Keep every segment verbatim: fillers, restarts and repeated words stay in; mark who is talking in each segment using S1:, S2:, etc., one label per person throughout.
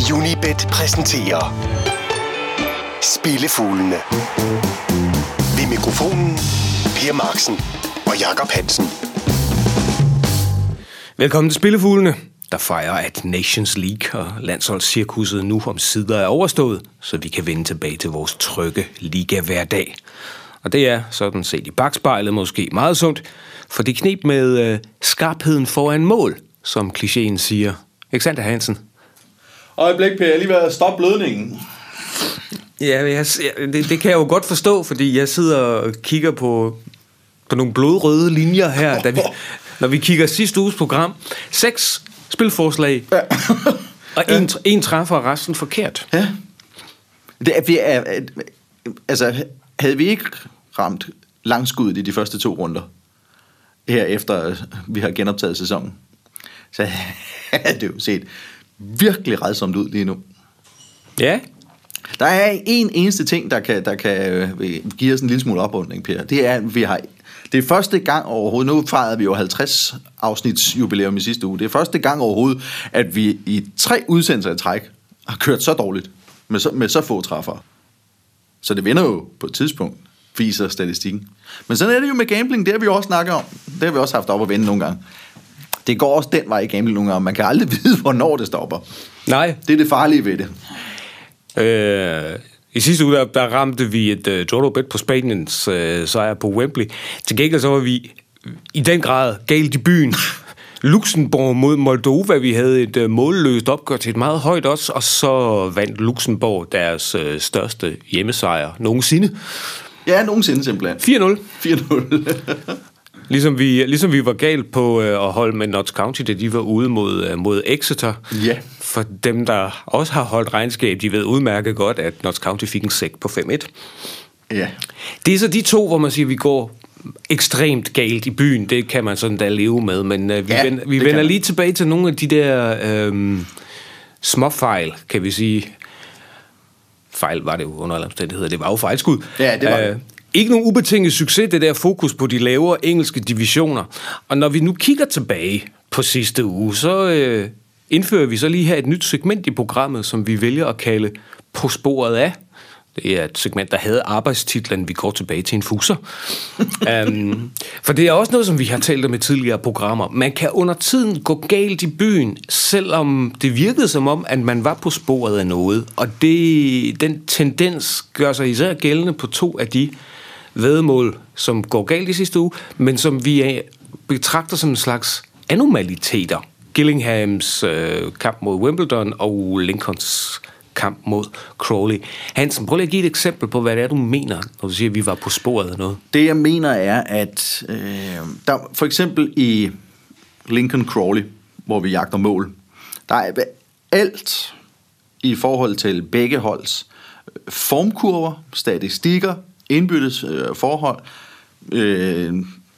S1: Unibet præsenterer Spillefuglene. Ved mikrofonen Per Marksen og Jakob Hansen.
S2: Velkommen til Spillefuglene, der fejrer, at Nations League og landsholdscirkuset nu om sider er overstået, så vi kan vende tilbage til vores trygge liga hver dag. Og det er, sådan set i bagspejlet, måske meget sundt, for det kneb med øh, skarpheden foran mål, som klichéen siger. Ikke sandt, Hansen?
S3: Øjeblik, Per. Jeg er lige ved at stoppe blødningen.
S2: Ja, jeg, det, det kan jeg jo godt forstå, fordi jeg sidder og kigger på, på nogle blodrøde linjer her, da vi, når vi kigger sidste uges program. Seks spilforslag, ja. og en, ja. en træffer resten forkert.
S3: Ja. Det er, vi er, altså, havde vi ikke ramt langskuddet i de første to runder, her efter vi har genoptaget sæsonen, så havde det jo set virkelig rædsomt ud lige nu.
S2: Ja.
S3: Der er en eneste ting, der kan, der kan give os en lille smule oprunding, Per. Det er, at vi har... Det er første gang overhovedet, nu fejrede vi jo halvtreds afsnits jubilæum i sidste uge, det er første gang overhovedet, at vi i tre udsendelser i træk har kørt så dårligt, med så, med så få træffere. Så det vinder jo på et tidspunkt, viser statistikken. Men sådan er det jo med gambling, det har vi jo også snakket om. Det har vi også haft op at vende nogle gange. Det går også den vej i gambling nogle gange, man kan aldrig vide, hvornår det stopper.
S2: Nej.
S3: Det er det farlige ved det.
S2: Øh, I sidste uge, der, der ramte vi et uh, Jordo bet på Spaniens uh, sejr på Wembley. Til gengæld så var vi i den grad galt i byen. Luxembourg mod Moldova, vi havde et uh, målløst opgør til et meget højt også, og så vandt Luxembourg deres uh, største hjemmesejr nogensinde.
S3: Ja, nogensinde simpelthen.
S2: fire nul.
S3: fire nul.
S2: Ligesom vi, ligesom vi var galt på øh, at holde med Notts County, da de var ude mod, øh, mod Exeter.
S3: Ja.
S2: For dem, der også har holdt regnskab, de ved udmærket godt, at Notts County fik en sæk på fem et.
S3: Ja.
S2: Det er så de to, hvor man siger, at vi går ekstremt galt i byen. Det kan man sådan da leve med. Men øh, vi,
S3: ja,
S2: vender, vi vender lige tilbage til nogle af de der øh, småfejl, kan vi sige. Fejl var det jo under alle omstændigheder. Det var jo fejlskud.
S3: Ja, det var det.
S2: Øh, Ikke nogen ubetinget succes, det der fokus på de lavere engelske divisioner. Og når vi nu kigger tilbage på sidste uge, så øh, indfører vi så lige her et nyt segment i programmet, som vi vælger at kalde På sporet af. Det er et segment, der havde arbejdstitlen Vi går tilbage til en fuser. um, for det er også noget, som vi har talt om i tidligere programmer. Man kan under tiden gå galt i byen, selvom det virkede som om, at man var på sporet af noget. Og det, den tendens gør sig især gældende på to af de væddemål, som går galt i sidste uge, men som vi betragter som en slags anomaliteter. Gillinghams øh, kamp mod Wimbledon og Lincolns kamp mod Crawley. Hansen, prøv lige at give et eksempel på, hvad det er, du mener, når du siger, at vi var på sporet af noget.
S3: Det, jeg mener, er, at øh, der, for eksempel i Lincoln Crawley, hvor vi jagter mål, der er alt i forhold til begge holds formkurver, statistikker, indbyttes øh, forhold, øh,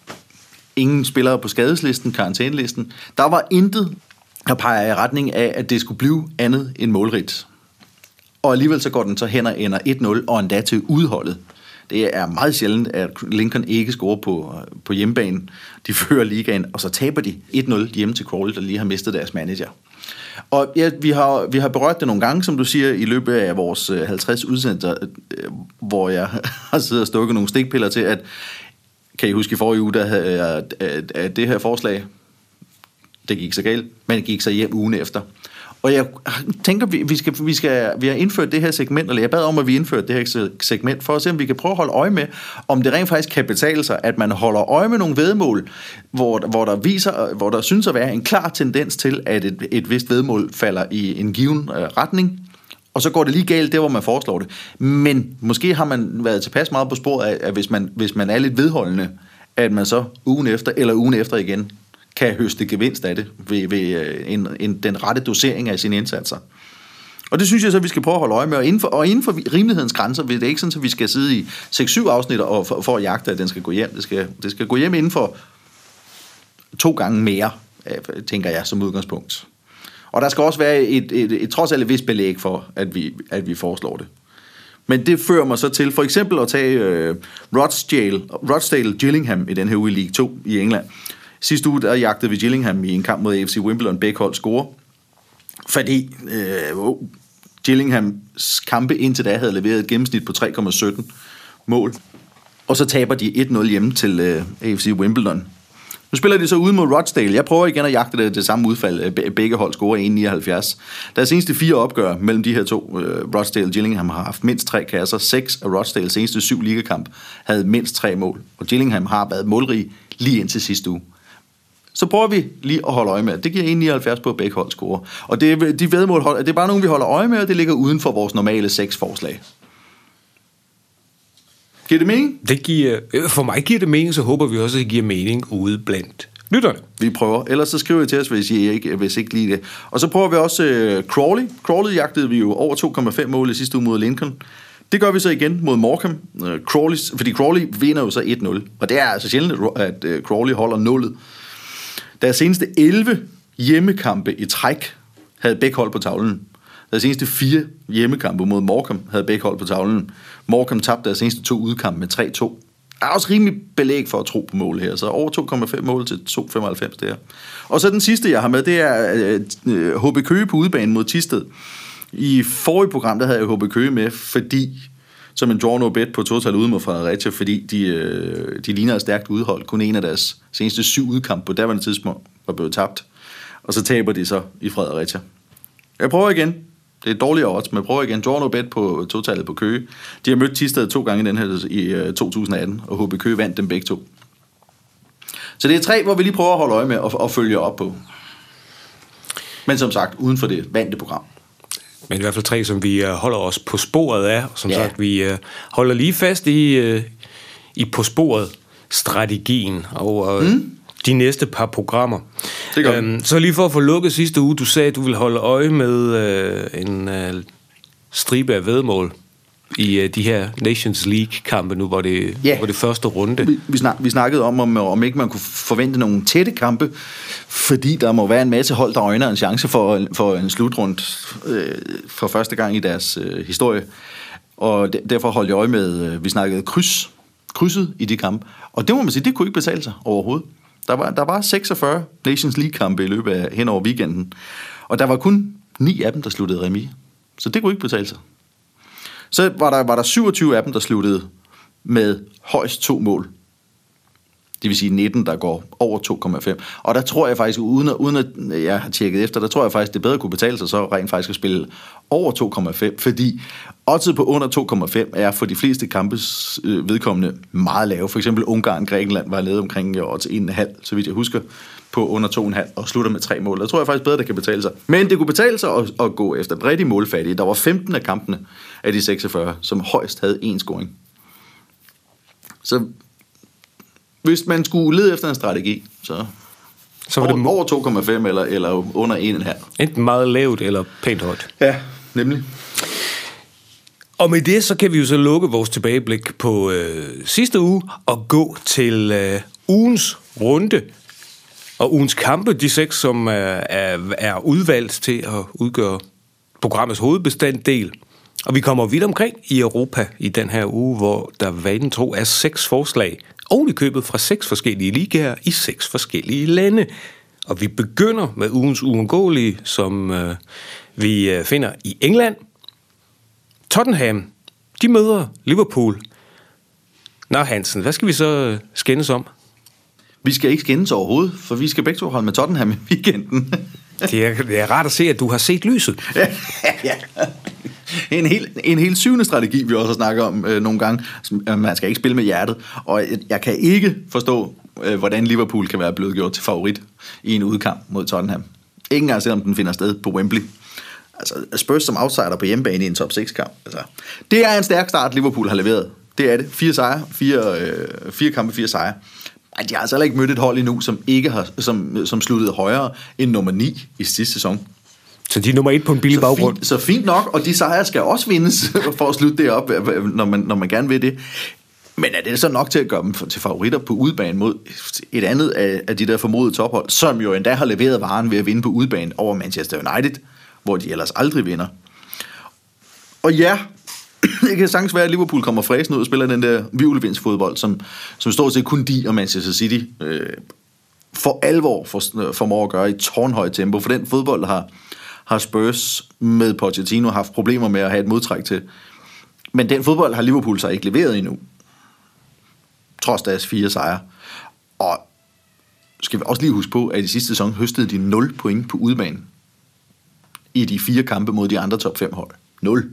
S3: ingen spillere på skadeslisten, karantænelisten. Der var intet, der peger i retning af, at det skulle blive andet end målrigt. Og alligevel så går den så hen og ender et nul, og endda til udholdet. Det er meget sjældent, at Lincoln ikke scorer på, på hjemmebane. De fører ligaen, og så taber de et nul hjemme til Crawley, der lige har mistet deres manager. Og ja, vi har, vi har berørt det nogle gange, som du siger, i løbet af vores halvtreds udsendelser, hvor jeg har siddet og stukket nogle stikpiller til, at kan I huske i forrige uge, der havde, at, at, at det her forslag, det gik så galt, men det gik så hjem ugen efter. Og jeg tænker, vi, vi, skal, vi, skal, vi har indført det her segment, eller jeg bad om, at vi indførte det her segment, for at se, om vi kan prøve at holde øje med, om det rent faktisk kan betale sig, at man holder øje med nogle væddemål, hvor, hvor, der viser, hvor der synes at være en klar tendens til, at et, et vist væddemål falder i en given øh, retning, og så går det lige galt der, hvor man foreslår det. Men måske har man været tilpas meget på sporet af, at hvis man, hvis man er lidt vedholdende, at man så ugen efter, eller ugen efter igen, kan høste gevinst af det ved, ved en, en, den rette dosering af sine indsatser. Og det synes jeg så, vi skal prøve at holde øje med. Og inden for, og inden for rimelighedens grænser, det er ikke sådan, at vi skal sidde i seks syv afsnit og for, for at jagte, at den skal gå hjem. Det skal, det skal gå hjem inden for to gange mere, tænker jeg, som udgangspunkt. Og der skal også være et, et, et, et trods alt et vist belæg for, at vi, at vi foreslår det. Men det fører mig så til for eksempel at tage uh, Rochdale, Rochdale Gillingham i den her uge i League to i England. Sidste uge der jagtede vi Gillingham i en kamp mod A F C Wimbledon, begge hold score. fordi øh, Gillinghams kampe indtil da havde leveret et gennemsnit på tre komma sytten mål. Og så taber de et nul hjemme til øh, A F C Wimbledon. Nu spiller de så ude mod Rochdale. Jeg prøver igen at jagte det, det samme udfald. Begge hold scorer en komma nioghalvfjerds. Der er seneste fire opgør mellem de her to. Øh, Rochdale og Gillingham har haft mindst tre kasser. Seks af Rochdales seneste syv ligakamp havde mindst tre mål. Og Gillingham har været målrig lige indtil sidste uge. Så prøver vi lige at holde øje med. Det giver en komma nioghalvfjerds på, at begge hold scorer. Og det, de vedmål, det er bare nogle, vi holder øje med, og det ligger uden for vores normale seks forslag. Giver det mening?
S2: Det giver, for mig giver det mening, så håber vi også, at det giver mening ude blandt lytterne.
S3: Vi prøver. Ellers så skriver I til os, hvis I ikke, hvis ikke lige det. Og så prøver vi også uh, Crawley. Crawley jagtede vi jo over to komma fem mål i sidste uge mod Lincoln. Det gør vi så igen mod Morecambe. Uh, Crawley, fordi Crawley vinder jo så et nul. Og det er altså sjældent, at uh, Crawley holder nullet. Deres seneste elleve hjemmekampe i træk havde begge hold på tavlen. Deres seneste fire hjemmekampe mod Morecambe havde begge hold på tavlen. Morecambe tabte deres seneste to udkampe med tre to. Der er også rimelig belæg for at tro på mål her, så over to komma fem mål til to komma femoghalvfems der. Og så den sidste, jeg har med, det er H B Køge på udebane mod Thisted. I forrige program, der havde jeg H B Køge med, fordi som en draw no bet på total ude mod Fredericia, fordi de, de ligner et stærkt udhold. Kun en af deres seneste syv udkampe på daværende tidspunkt var blevet tabt. Og så taber de så i Fredericia. Jeg prøver igen. Det er dårlige odds, men jeg prøver igen. Draw no bet på totalet på Køge. De har mødt Thisted to gange i den her i to tusind atten, og H B Køge vandt dem begge to. Så det er tre, hvor vi lige prøver at holde øje med og, og følge op på. Men som sagt, uden for det vante program.
S2: Men i hvert fald tre, som vi holder os på sporet af. Som
S3: ja.
S2: sagt, vi holder lige fast i, i på sporet strategien og mm. de næste par programmer.
S3: Det gør
S2: øhm, så lige for at få lukket sidste uge, du sagde, at du ville holde øje med øh, en øh, stribe af væddemål i øh, de her Nations League-kampe nu, hvor det,
S3: yeah.
S2: hvor det første runde.
S3: Vi, vi, snak, vi snakkede om, om, om ikke man kunne forvente nogle tætte kampe, fordi der må være en masse hold, der øjner en chance for, for en slutrunde øh, for første gang i deres øh, historie. Og de, derfor holdt jeg øje med, øh, vi snakkede kryds, krydset i de kampe. Og det må man sige, det kunne ikke betale sig overhovedet. Der var, der var seksogfyrre Nations League-kampe i løbet af hen over weekenden, og der var kun ni af dem, der sluttede remis. Så det kunne ikke betale sig. Så var der, var der syvogtyve af dem, der sluttede med højst to mål. Det vil sige nitten, der går over to komma fem. Og der tror jeg faktisk, uden at, uden at jeg har tjekket efter, der tror jeg faktisk, det bedre kunne betale sig så rent faktisk at spille over to komma fem, fordi oddset på under to komma fem er for de fleste kampes øh, vedkommende meget lave. For eksempel Ungarn, Grækenland var lavet omkring odds en komma fem, så vidt jeg husker, på under to komma fem og slutter med tre mål. Der tror jeg faktisk bedre, det kan betale sig. Men det kunne betale sig at, at gå efter en rigtig målfattige. Der var femten af kampene af de seksogfyrre, som højst havde én scoring. Så hvis man skulle lede efter en strategi, så, så var det over to komma fem eller, eller under en komma fem.
S2: Enten meget lavt eller pænt højt.
S3: Ja, nemlig.
S2: Og med det, så kan vi jo så lukke vores tilbageblik på øh, sidste uge og gå til øh, ugens runde og ugens kampe, de seks, som øh, er, er udvalgt til at udgøre programmets hovedbestanddel. Og vi kommer vidt omkring i Europa i den her uge, hvor der vanen tro er seks forslag, oven i købet fra seks forskellige ligaer i seks forskellige lande. Og vi begynder med ugens uundgåelige, som øh, vi øh, finder i England. Tottenham, de møder Liverpool. Nå Hansen, hvad skal vi så skændes om?
S3: Vi skal ikke skændes overhovedet, for vi skal begge to holde med Tottenham i weekenden.
S2: det, er, det er rart at se, at du har set lyset.
S3: ja, ja. En helt, en helt syvende strategi, vi også snakker om øh, nogle gange. Man skal ikke spille med hjertet. Og jeg, jeg kan ikke forstå, øh, hvordan Liverpool kan være blevet gjort til favorit i en udkamp mod Tottenham. Ikke engang selvom den finder sted på Wembley. Altså Spurs som outsider på hjemmebane i en top seks kamp. Altså, det er en stærk start, Liverpool har leveret. Det er det. Fire sejre, fire, øh, fire kampe, fire sejre. Ej, de har altså heller ikke mødt et hold endnu, som, ikke har, som, som sluttede højere end nummer ni i sidste sæson.
S2: Så de er nummer et på en billig
S3: så
S2: baggrund.
S3: Fint, så fint nok, og de sejre skal også vindes for at slutte det op, når man, når man gerne vil det. Men er det så nok til at gøre dem til favoritter på udebane mod et andet af, af de der formodede tophold, som jo endda har leveret varen ved at vinde på udebane over Manchester United, hvor de ellers aldrig vinder. Og ja, det kan sagtens være, at Liverpool kommer fræsende ud og spiller den der hvirvelvindsfodbold, som, som stort set kun de og Manchester City øh, for alvor for, formår at gøre i tårnhøjt tempo, for den fodbold har har Spurs med Pochettino haft problemer med at have et modtræk til. Men den fodbold har Liverpool så ikke leveret endnu. Trods deres fire sejre. Og skal vi også lige huske på, at i sidste sæson høstede de nul point på udebane i de fire kampe mod de andre top fem hold. nul.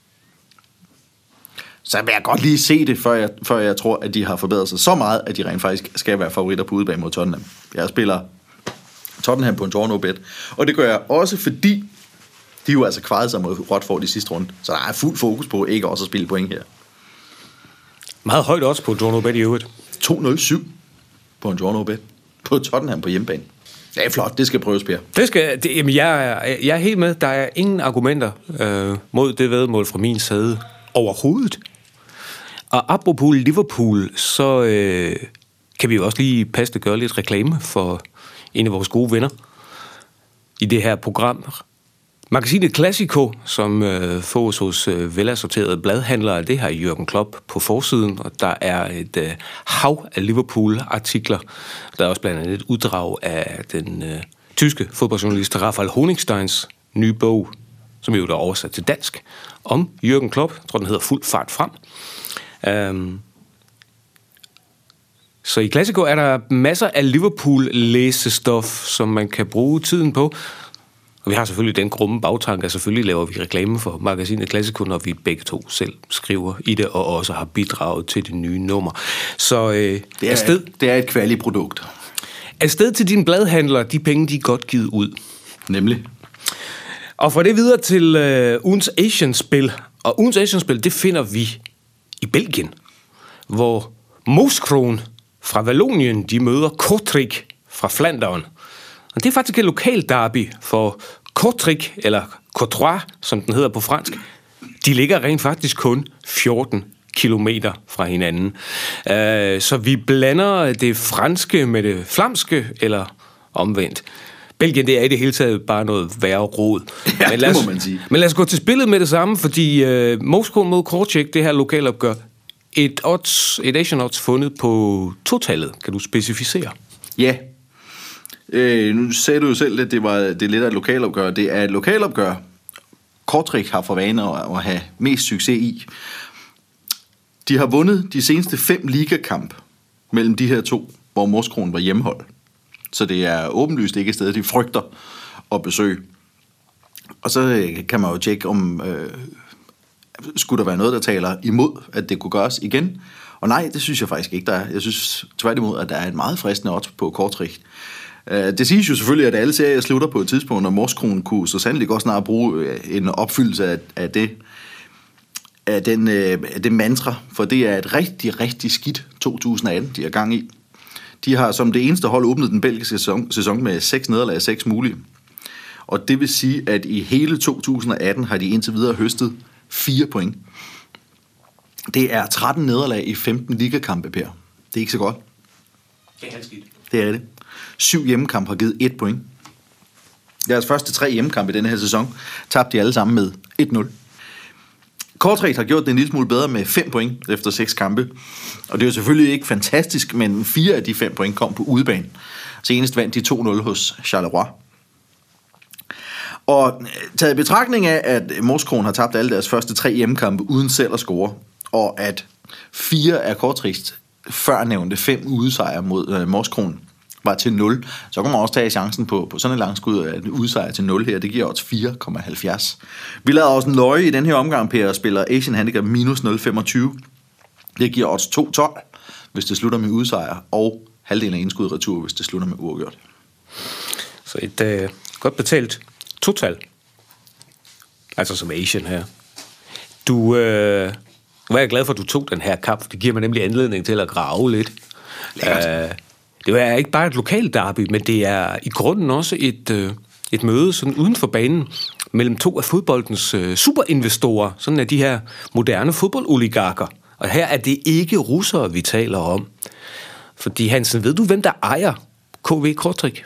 S3: Så vil jeg godt lige se det, før jeg, før jeg tror, at de har forbedret sig så meget, at de rent faktisk skal være favoritter på udebane mod Tottenham. Jeg spiller Tottenham på en draw no bet. Og det gør jeg også, fordi de jo altså kvarede sig mod Watford i sidste runde. Så der er fuld fokus på ikke også at spille point her.
S2: Meget højt også på draw no bet i øvrigt.
S3: to nul syv på en draw no bet. På Tottenham på hjemmebane. Det er flot, det skal prøves, Per.
S2: Det skal, det, jamen jeg, er, jeg er helt med. Der er ingen argumenter øh, mod det væddemål fra min side overhovedet. Og apropos Liverpool, så øh, kan vi jo også lige passende gøre lidt reklame for en af vores gode venner i det her program. Magasinet Classico, som øh, fås hos øh, velassorterede bladhandlere, det har Jürgen Klopp på forsiden, og der er et øh, hav af Liverpool-artikler. Der er også blandt andet et uddrag af den øh, tyske fodboldjournalist Raphael Honigsteins nye bog, som jo er oversat til dansk, om Jürgen Klopp. Jeg tror, den hedder Fuld fart frem. Um, så i Classico er der masser af Liverpool-læsestof, som man kan bruge tiden på. Og vi har selvfølgelig den grumme bagtanke, at selvfølgelig laver vi reklame for magasinet Classico, når vi begge to selv skriver i det, og også har bidraget til det nye nummer. Så øh,
S3: det, er,
S2: afsted,
S3: det er et kvaliprodukt.
S2: Afsted til dine bladhandlere, de penge, de er godt givet ud.
S3: Nemlig.
S2: Og for det videre til øh, ugens Asian-spil. Og ugens Asian-spil, det finder vi i Belgien, hvor Mouscron fra Vallonien, de møder Kortrijk fra Flandern. Og det er faktisk et lokalt derby for Kortrijk, eller Courtrai, som den hedder på fransk. De ligger rent faktisk kun fjorten kilometer fra hinanden. Uh, så vi blander det franske med det flamske, eller omvendt. Belgien, det er i det hele taget bare noget værre rod.
S3: Ja,
S2: men lad os,
S3: det må man sige.
S2: Men lad os gå til spillet med det samme, fordi uh, Mouscron mod Kortrijk, det her lokalopgør, et, odds, et Asian odds fundet på totallet. Kan du specificere?
S3: Ja. Øh, nu sagde du jo selv, at det var det er lidt af et lokalopgør. Det er et lokalopgør, Kortrijk har for vane at, at have mest succes i. De har vundet de seneste fem ligakamp mellem de her to, hvor Mouscron var hjemmehold. Så det er åbenlyst ikke et sted, de frygter at besøge. Og så kan man jo tjekke, om øh, skulle der være noget, der taler imod, at det kunne gøres igen. Og nej, det synes jeg faktisk ikke, der er. Jeg synes tværtimod, at der er et meget fristende odds på Kortrijk. Det siges jo selvfølgelig, at alle serier slutter på et tidspunkt, og Mouscron kunne så sandelig godt snart bruge en opfyldelse af, af, det, af, den, af det mantra, for det er et rigtig, rigtig skidt to tusind atten, de er gang i. De har som det eneste hold åbnet den belgiske sæson, sæson med seks nederlag af seks mulige. Og det vil sige, at i hele to tusind atten har de indtil videre høstet fire point. Det er tretten nederlag i femten ligakampe, Per. Det er ikke så godt.
S2: Det er skidt.
S3: Det er det. Syv hjemmekampe har givet et point. Deres første tre hjemmekampe i denne her sæson tabte de alle sammen med et nul. Kortrijk har gjort det en lille smule bedre med fem point efter seks kampe. Og det er jo selvfølgelig ikke fantastisk, men fire af de fem point kom på udebane. Senest vandt de to nul hos Charleroi. Og taget i betragtning af, at Mouscron har tabt alle deres første tre hjemmekampe uden selv at score, og at fire af Kortrijks førnævnte fem udesejre mod uh, Mouscron var til nul, så kan man også tage chancen på, på sådan en langskud af en udsejr til nul her. Det giver odds fire komma halvfjerds. Vi lader også en løje i den her omgang, Per, og spiller Asian Handicap minus nul komma femogtyve. Det giver odds to komma tolv, hvis det slutter med udsejr, og halvdelen af indskud retur, hvis det slutter med uafgjort.
S2: Så et øh, godt betalt total. Altså som Asian her. Du, øh, var jeg glad for, at du tog den her kamp. Det giver mig nemlig anledning til at grave lidt. Øh, det er ikke bare et lokalt derby, men det er i grunden også et, øh, et møde sådan uden for banen mellem to af fodboldens øh, superinvestorer. Sådan er de her moderne fodboldoligarker. Og her er det ikke russere, vi taler om. Fordi Hansen, ved du, hvem der ejer K V Kortrijk?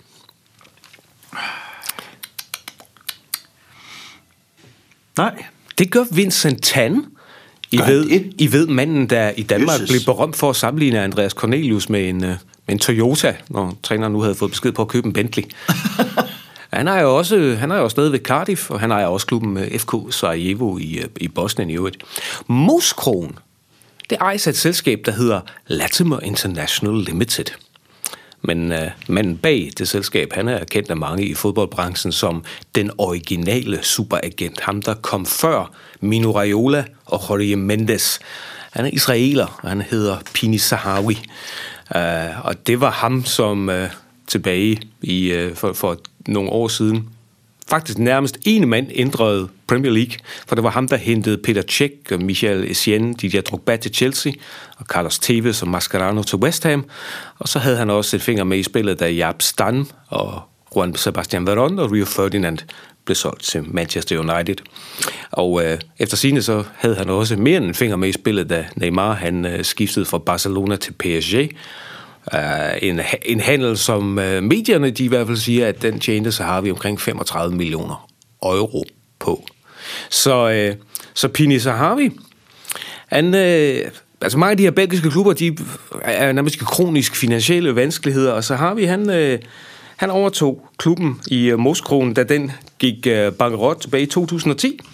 S3: Nej.
S2: Det gør Vincent Tan. I ved, I ved manden, der i Danmark Jesus. blev berømt for at sammenligne Andreas Cornelius med en, med en Toyota, når træneren nu havde fået besked på at købe en Bentley. Han er jo også, han er jo stadig ved Cardiff, og han er jo også klubben F K Sarajevo i, i Bosnien i øvrigt. Moskroen, det ejes af et selskab, der hedder Latimer International Limited. Men uh, manden bag det selskab, han er kendt af mange i fodboldbranchen som den originale superagent. Ham, der kom før Mino Raiola og Jorge Mendes. Han er israeler, og han hedder Pini Zahawi. Uh, og det var ham, som uh, tilbage i, uh, for, for nogle år siden faktisk nærmest ene mand ændrede Premier League, for det var ham, der hentede Peter Cech og Michael Essien, Didier Drogba til Chelsea, og Carlos Tevez og Mascherano til West Ham, og så havde han også et finger med i spillet, da Jaap Stam og Juan Sebastian Veron og Rio Ferdinand blev solgt til Manchester United. Og øh, efter sigende så havde han også mere end en finger med i spillet, da Neymar han øh, skiftede fra Barcelona til P S G. Uh, en, en handel, som uh, medierne de i hvert fald siger, at den tjente, så har vi omkring femogtredive millioner euro på. Så, uh, så Pini Zahawi, han, uh, altså mange af de her belgiske klubber, de er nærmest kronisk finansielle vanskeligheder, og Zahawi, han, uh, han overtog klubben i uh, Moskroen, da den gik uh, bankerot tilbage i to tusind og ti.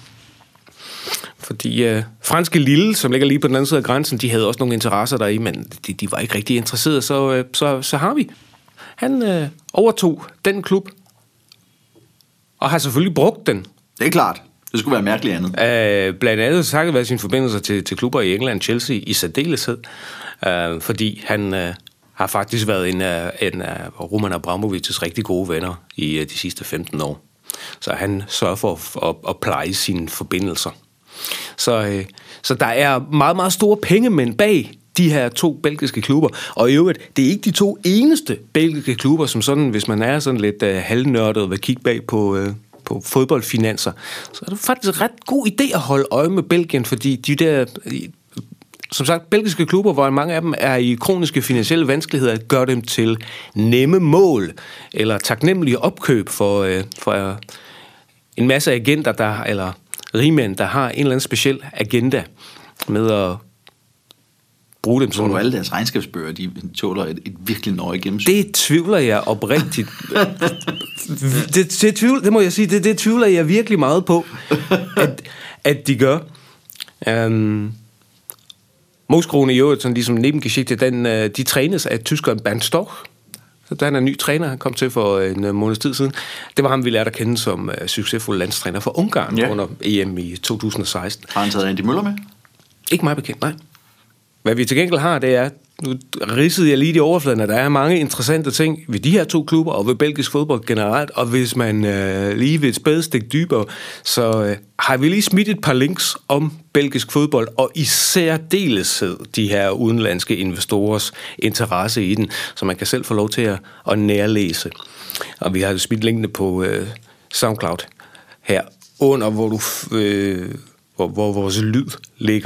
S2: Fordi øh, franske Lille, som ligger lige på den anden side af grænsen, de havde også nogle interesser deri, men de, de var ikke rigtig interesserede, så, øh, så, så har vi. Han øh, overtog den klub, og har selvfølgelig brugt den.
S3: Det er klart. Det skulle være mærkeligt andet.
S2: Øh, blandt andet så har det været sine forbindelser til, til klubber i England, Chelsea i særdeleshed, øh, fordi han øh, har faktisk været en af, en af Roman Abramovics rigtig gode venner i øh, de sidste femten år. Så han sørger for at, at, at pleje sine forbindelser. Så, øh, så der er meget, meget store pengemænd bag de her to belgiske klubber. Og i øvrigt, det er ikke de to eneste belgiske klubber, som sådan, hvis man er sådan lidt øh, halvnørdet og vil kigge bag på, øh, på fodboldfinanser, så er det faktisk en ret god idé at holde øje med Belgien, fordi de der, som sagt, belgiske klubber, hvor mange af dem er i kroniske finansielle vanskeligheder, gør dem til nemme mål eller taknemmelige opkøb for, øh, for en masse agenter, der, eller rigmænd, der har en eller anden speciel agenda med at bruge dem som...
S3: Tror du, alle deres regnskabsbøger, de tåler et, et virkelig nøje gennemsyn?
S2: Det tvivler jeg oprigtigt. det, det, tvivl, det må jeg sige, det, det tvivler jeg virkelig meget på, at, at de gør. Um, Moskroen i øvrigt, sådan ligesom Nebengeschichte, den, de trænes af tyskeren Bernd Storch. Så der er en ny træner, han kom til for en måneds tid siden. Det var ham, vi lærte at kende som uh, succesfuld landstræner for Ungarn ja. under E M i to tusind og seksten.
S3: Har han taget Andy Møller med?
S2: Ikke meget bekendt, nej. Hvad vi til gengæld har, det er, nu ridsede jeg lige i overfladen, at der er mange interessante ting ved de her to klubber, og ved belgisk fodbold generelt, og hvis man øh, lige vil et spadestik dybere, så øh, har vi lige smidt et par links om belgisk fodbold, og i særdeleshed de her udenlandske investorers interesse i den, så man kan selv få lov til at, at nærlæse. Og vi har smidt linkene på øh, SoundCloud her under, hvor, du, øh, hvor, hvor vores lyd ligger.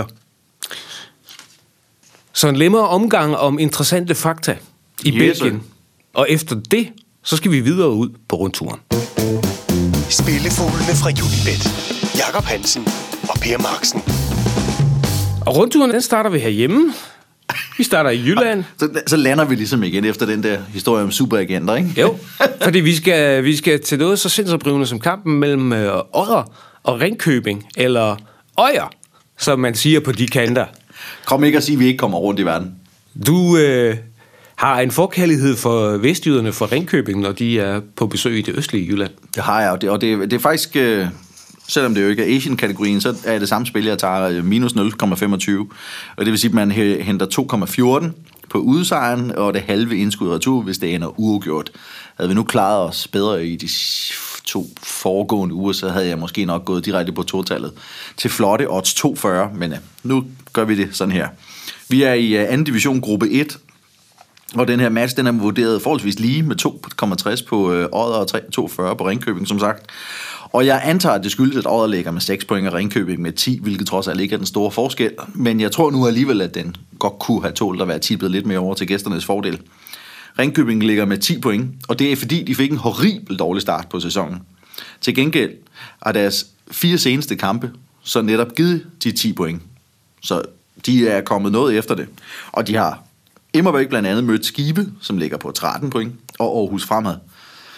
S2: Så en længere omgang om interessante fakta i yes, Belgien. Og efter det, så skal vi videre ud på rundturen.
S1: Spillefuglene fra Unibet. Jakob Hansen og Per Marksen.
S2: Og rundturen, den starter vi herhjemme. Vi starter i Jylland.
S3: Så, så lander vi ligesom igen efter den der historie om superagenter, ikke?
S2: Jo, fordi vi skal, vi skal til noget så sindsoprivende som kampen mellem øh, Odder og Ringkøbing, eller Øjer, som man siger på de kanter.
S3: Kom ikke at sige, at vi ikke kommer rundt i verden.
S2: Du øh, har en forkærlighed for vestjyderne fra Ringkøbing, når de er på besøg i det østlige Jylland.
S3: Det har jeg, og det, og det, det er faktisk, øh, selvom det jo ikke er Asian-kategorien, så er det samme spil, jeg tager minus nul komma femogtyve. Og det vil sige, at man henter to komma fjorten på udsejren, og det halve indskud retur, hvis det ender uafgjort. Havde vi nu klaret os bedre i de to foregående uger, så havde jeg måske nok gået direkte på totallet til flotte odds to komma fyrre, men ja, nu gør vi det sådan her. Vi er i anden division gruppe et, og den her match, den er vurderet forholdsvis lige med to komma tres på Odder og to komma fyrre på Ringkøbing, som sagt. Og jeg antager, at det skyldes, at Odder ligger med seks point og Ringkøbing med ti, hvilket trods alt ikke er den store forskel, men jeg tror nu alligevel, at den godt kunne have tålt at være tippet lidt mere over til gæsternes fordel. Ringkøbing ligger med ti point, og det er fordi, de fik en horribel dårlig start på sæsonen. Til gengæld er deres fire seneste kampe så netop givet de ti point. Så de er kommet noget efter det. Og de har immervæk blandt andet mødt Skive, som ligger på tretten point, og Aarhus Fremad.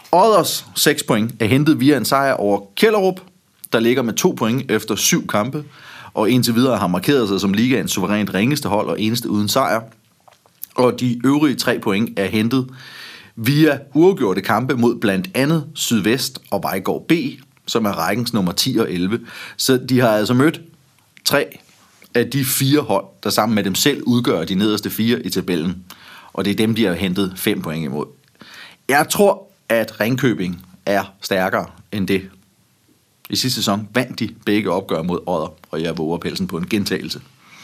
S3: Odders seks point er hentet via en sejr over Kjellerup, der ligger med to point efter syv kampe, og indtil videre har markeret sig som ligaens suverænt ringeste hold og eneste uden sejr. Og de øvrige tre point er hentet via uafgjorte kampe mod blandt andet Sydvest og Vejgaard B, som er rækkens nummer ti og elleve. Så de har altså mødt tre af de fire hold, der sammen med dem selv udgør de nederste fire i tabellen. Og det er dem, de har hentet fem point imod. Jeg tror, at Ringkøbing er stærkere end det. I sidste sæson vandt de begge opgør mod Odder, og jeg våger pelsen på en gentagelse.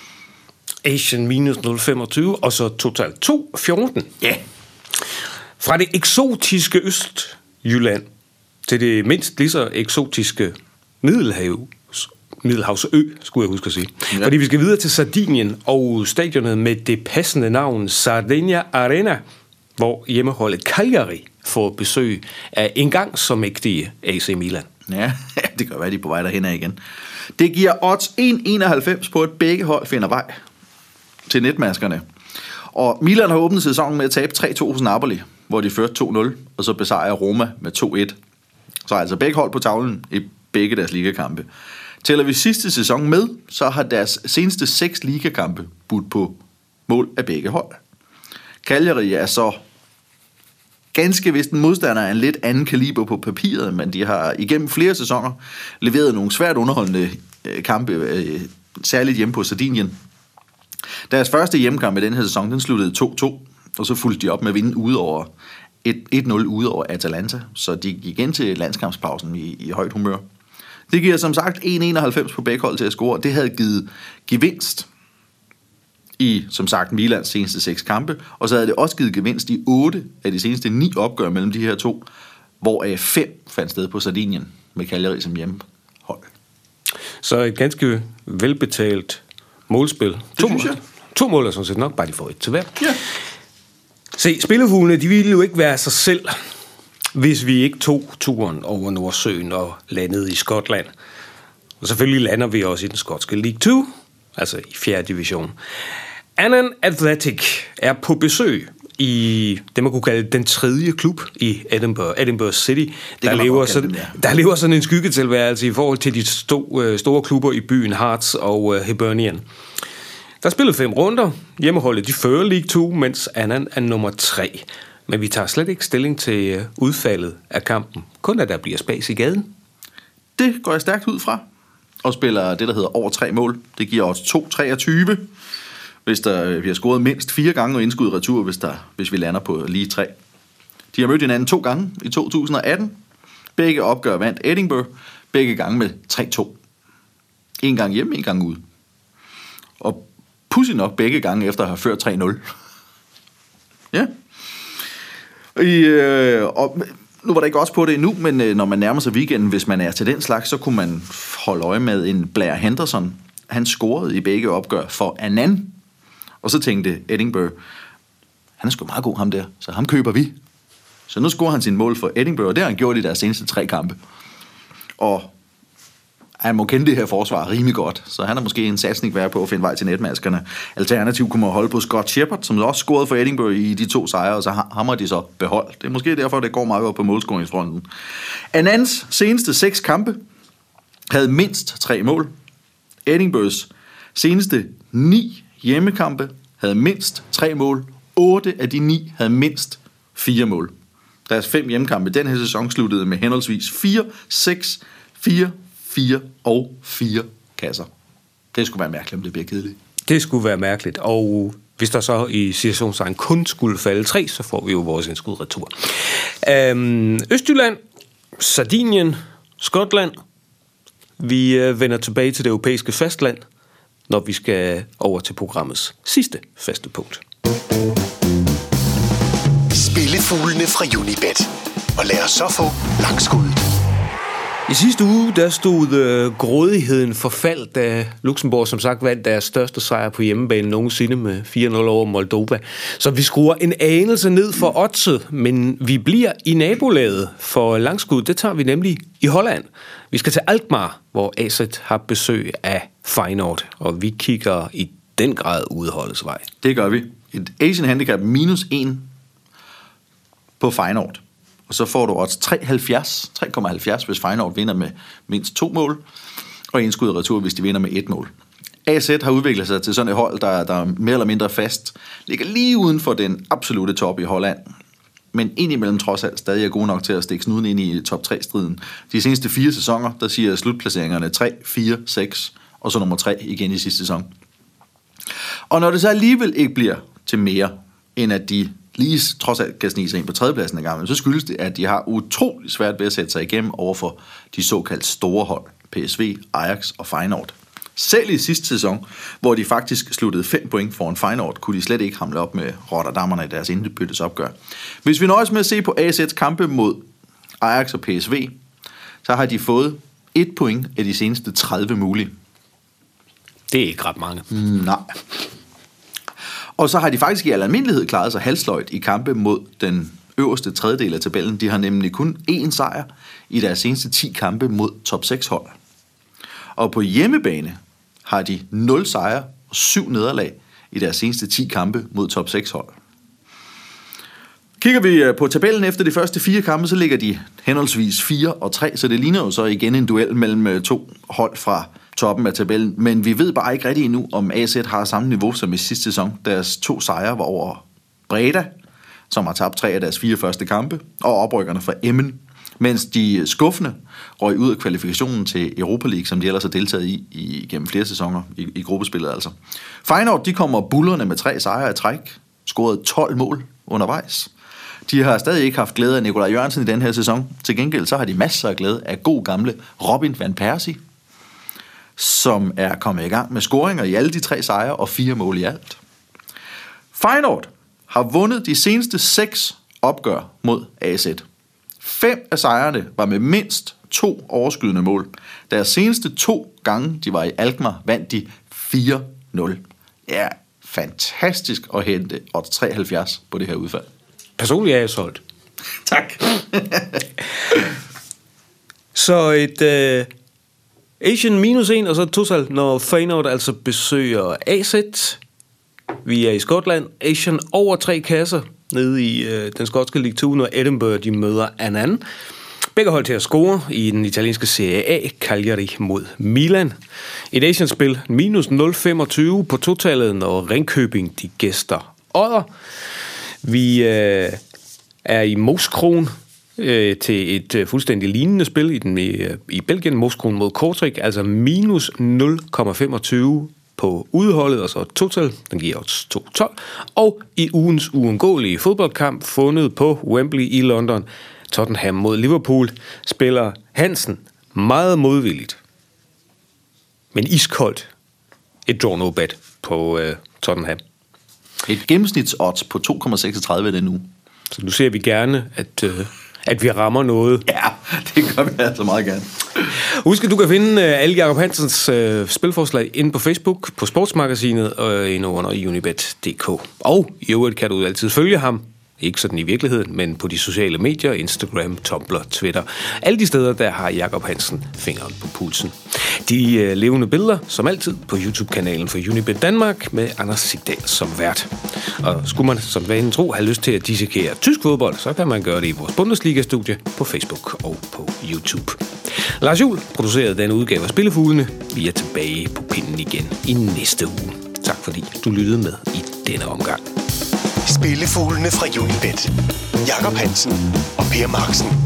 S2: Asian minus nul komma femogtyve, og så totalt to komma fjorten.
S3: Ja. Yeah.
S2: Fra det eksotiske Østjylland til det mindst lige så eksotiske Middelhav, Middelhavsø, skulle jeg huske at sige. Ja. Fordi vi skal videre til Sardinien og stadionet med det passende navn Sardinia Arena, hvor hjemmeholdet Cagliari får besøg af en gang så mægtige A C Milan.
S3: Ja, det kan være, de er på vej derhen af igen. Det giver odds en komma enoghalvfems på, at begge hold finder vej til netmaskerne. Og Milan har åbnet sæsonen med at tabe tre to hos Napoli, hvor de førte to nul, og så besejrer Roma med to et. Så altså begge hold på tavlen i begge deres ligakampe. Tæller vi sidste sæson med, så har deres seneste seks ligakampe budt på mål af begge hold. Cagliari er så ganske vist en modstander af en lidt anden kaliber på papiret, men de har igennem flere sæsoner leveret nogle svært underholdende kampe, særligt hjemme på Sardinien. Deres første hjemmekamp i den her sæson, den sluttede to to, og så fulgte de op med at vinde ude over et nul ude over Atalanta, så de gik igen til landskampspausen i, i højt humør. Det giver som sagt en komma enoghalvfems på begge hold til at score. Det havde givet gevinst i, som sagt, Milans seneste seks kampe, og så havde det også givet gevinst i otte af de seneste ni opgør mellem de her to, hvoraf fem fandt sted på Sardinien med Cagliari som hjemmehold.
S2: Så et ganske velbetalt målspil.
S3: Det
S2: to,
S3: synes jeg.
S2: To mål er sådan set nok, bare de får et til hver.
S3: Ja.
S2: Se, spillefuglene, de ville jo ikke være sig selv, hvis vi ikke tog turen over Nordsøen og landede i Skotland. Og selvfølgelig lander vi også i den skotske League to, altså i fjerde division. Annan Athletic er på besøg i det, man kunne kalde den tredje klub i Edinburgh, Edinburgh City. Der lever, sådan, det, ja. der lever sådan en skyggetilværelse i forhold til de sto, store klubber i byen, Hearts og uh, Hibernian. Der spillede fem runder. Hjemmeholdet de fører League to, mens Annan er nummer tre. Men vi tager slet ikke stilling til uh, udfaldet af kampen. Kun at der bliver spas i gaden.
S3: Det går jeg stærkt ud fra. Og spiller det, der hedder over tre mål. Det giver os to komma treogtyve. Hvis der, vi har scoret mindst fire gange og indskud retur, hvis, der, hvis vi lander på lige tre. De har mødt hinanden to gange i to tusind og atten. Begge opgør vandt Edinburgh. Begge gange med tre to. En gang hjemme, en gang ude. Og pudsigt nok begge gange efter at have ført tre nul. Ja. I, øh, og nu var der ikke også på det endnu, men øh, når man nærmer sig weekenden, hvis man er til den slags, så kunne man holde øje med en Blair Henderson. Han scorede i begge opgør for Annan. Og så tænkte Edinburgh, han er sgu meget god ham der, så ham køber vi. Så nu scorer han sin mål for Edinburgh, og det har han gjort i deres seneste tre kampe. Og han må kende det her forsvar rimelig godt, så han er måske en satsning værd på at finde vej til netmaskerne. Alternativt kunne man holde på Scott Shepherd, som også scorede for Edinburgh i de to sejre, og så ham har de så beholdt. Det er måske derfor, det går meget godt på målscoringsfronten. Annans seneste seks kampe havde mindst tre mål. Edinburghs seneste ni hjemmekampe havde mindst tre mål. Otte af de ni havde mindst fire mål. Deres fem hjemmekampe den her sæson sluttede med henholdsvis fire, seks, fire, fire og fire kasser. Det skulle være mærkeligt, om det bliver kedeligt.
S2: Det skulle være mærkeligt, og hvis der så i situationstegn kun skulle falde tre, så får vi jo vores indskud retur. Øhm, Østjylland, Sardinien, Skotland. Vi øh, vender tilbage til det europæiske fastland, når vi skal over til programmets sidste faste punkt.
S1: Spillefuglene fra Unibet. Og lad os så få langskuddet.
S2: I sidste uge, der stod øh, grådigheden for fald, da Luxembourg som sagt vandt deres største sejr på hjemmebane nogensinde med fire nul over Moldova. Så vi skruer en anelse ned for oddset, men vi bliver i nabolaget for langskud. Det tager vi nemlig i Holland. Vi skal til Alkmaar, hvor A Z har besøg af Feyenoord, og vi kigger i den grad udholdets vej.
S3: Det gør vi. Et Asian Handicap minus en på Feyenoord. og så får du odds tre komma halvfjerds, hvis Feyenoord vinder med mindst to mål, og indskud og retur, hvis de vinder med et mål. A Z har udviklet sig til sådan et hold, der, der er mere eller mindre fast, ligger lige uden for den absolute top i Holland, men indimellem trods alt stadig er gode nok til at stikke snuden ind i top tre-striden. De seneste fire sæsoner, der siger slutplaceringerne tre, fire, seks, og så nummer tre igen i sidste sæson. Og når det så alligevel ikke bliver til mere, end at de lige trods alt kan snige sig ind på tredjepladsen af gangen, så skyldes det, at de har utrolig svært ved at sætte sig igennem over for de såkaldt store hold, P S V, Ajax og Feyenoord. Selv i sidste sæson, hvor de faktisk sluttede fem point foran Feyenoord, kunne de slet ikke hamle op med Rotterdammerne i deres indbyttes opgør. Hvis vi nøjes med at se på A Z's kampe mod Ajax og P S V, så har de fået et point af de seneste tredive mulige.
S2: Det er ikke ret mange.
S3: Nej. Og så har de faktisk i al almindelighed klaret sig halvsløjt i kampe mod den øverste tredjedel af tabellen. De har nemlig kun én sejr i deres seneste ti kampe mod top seks hold. Og på hjemmebane har de nul sejre og syv nederlag i deres seneste ti kampe mod top seks hold. Kigger vi på tabellen efter de første fire kampe, så ligger de henholdsvis fire og tre, så det ligner jo så igen en duel mellem to hold fra toppen af tabellen. Men vi ved bare ikke rigtig endnu, om A Z har samme niveau som i sidste sæson. Deres to sejre var over Breda, som har tabt tre af deres fire første kampe, og oprykkerne fra Emmen, mens de skuffende røg ud af kvalifikationen til Europa League, som de ellers har deltaget i, i gennem flere sæsoner i, i gruppespillet altså. Feyenoord, de kommer bullerne med tre sejre i træk, scoret tolv mål undervejs. De har stadig ikke haft glæde af Nikolaj Jørgensen i den her sæson. Til gengæld så har de masser af glæde af god gamle Robin van Persie, som er kommet i gang med scoringer i alle de tre sejre og fire mål i alt. Feyenoord har vundet de seneste seks opgør mod A Z. Fem af sejrene var med mindst to overskydende mål. Deres seneste to gange, de var i Alkmaar, vandt de fire nul. Ja, fantastisk at hente odds tre komma halvfjerds på det her udfald.
S2: Personligt er jeg solgt.
S3: Tak.
S2: Så et øh, Asian minus en, og så et tosal, når Feyenoord altså besøger A Z. Vi er i Skotland. Asian over tre kasser nede i øh, den skotske League to, når Edinburgh de møder Annan. Begge hold til at score i den italienske Serie A, Cagliari mod Milan. Et Asian-spil minus nul komma femogtyve på totallet, når Ringkøbing de gæster Odder. Vi øh, er i Moskron øh, til et øh, fuldstændig lignende spil i, den, øh, i Belgien, Moskron mod Kortrijk, altså minus nul komma femogtyve på udholdet, og så total, den giver odds to komma tolv. Og i ugens uundgåelige fodboldkamp, fundet på Wembley i London, Tottenham mod Liverpool, spiller Hansen meget modvilligt, men iskoldt et draw no bet på øh, Tottenham.
S3: Et gennemsnitsodds på to komma seksogtredive den uge.
S2: Så nu ser vi gerne, at, øh, at vi rammer noget.
S3: Ja, det gør vi altså meget gerne.
S2: Husk, at du kan finde øh, alle Jacob Hansens øh, spilforslag inde på Facebook, på Sportsmagasinet og inde under unibet punktum d k. Og i øvrigt kan du altid følge ham. Ikke sådan i virkeligheden, men på de sociale medier, Instagram, Tumblr, Twitter. Alle de steder, der har Jacob Hansen fingeren på pulsen. De øh, levende billeder, som altid, på YouTube-kanalen for Unibet Danmark med Anders Sigdal som vært. Og skulle man som vanen tro have lyst til at dissekere tysk fodbold, så kan man gøre det i vores Bundesliga-studie på Facebook og på YouTube. Lars Juhl producerede denne udgave af Spillefuglene. Vi er tilbage på pinden igen i næste uge. Tak fordi du lyttede med i denne omgang.
S1: Spillefuglene fra Unibet. Jacob Hansen og Per Marksen.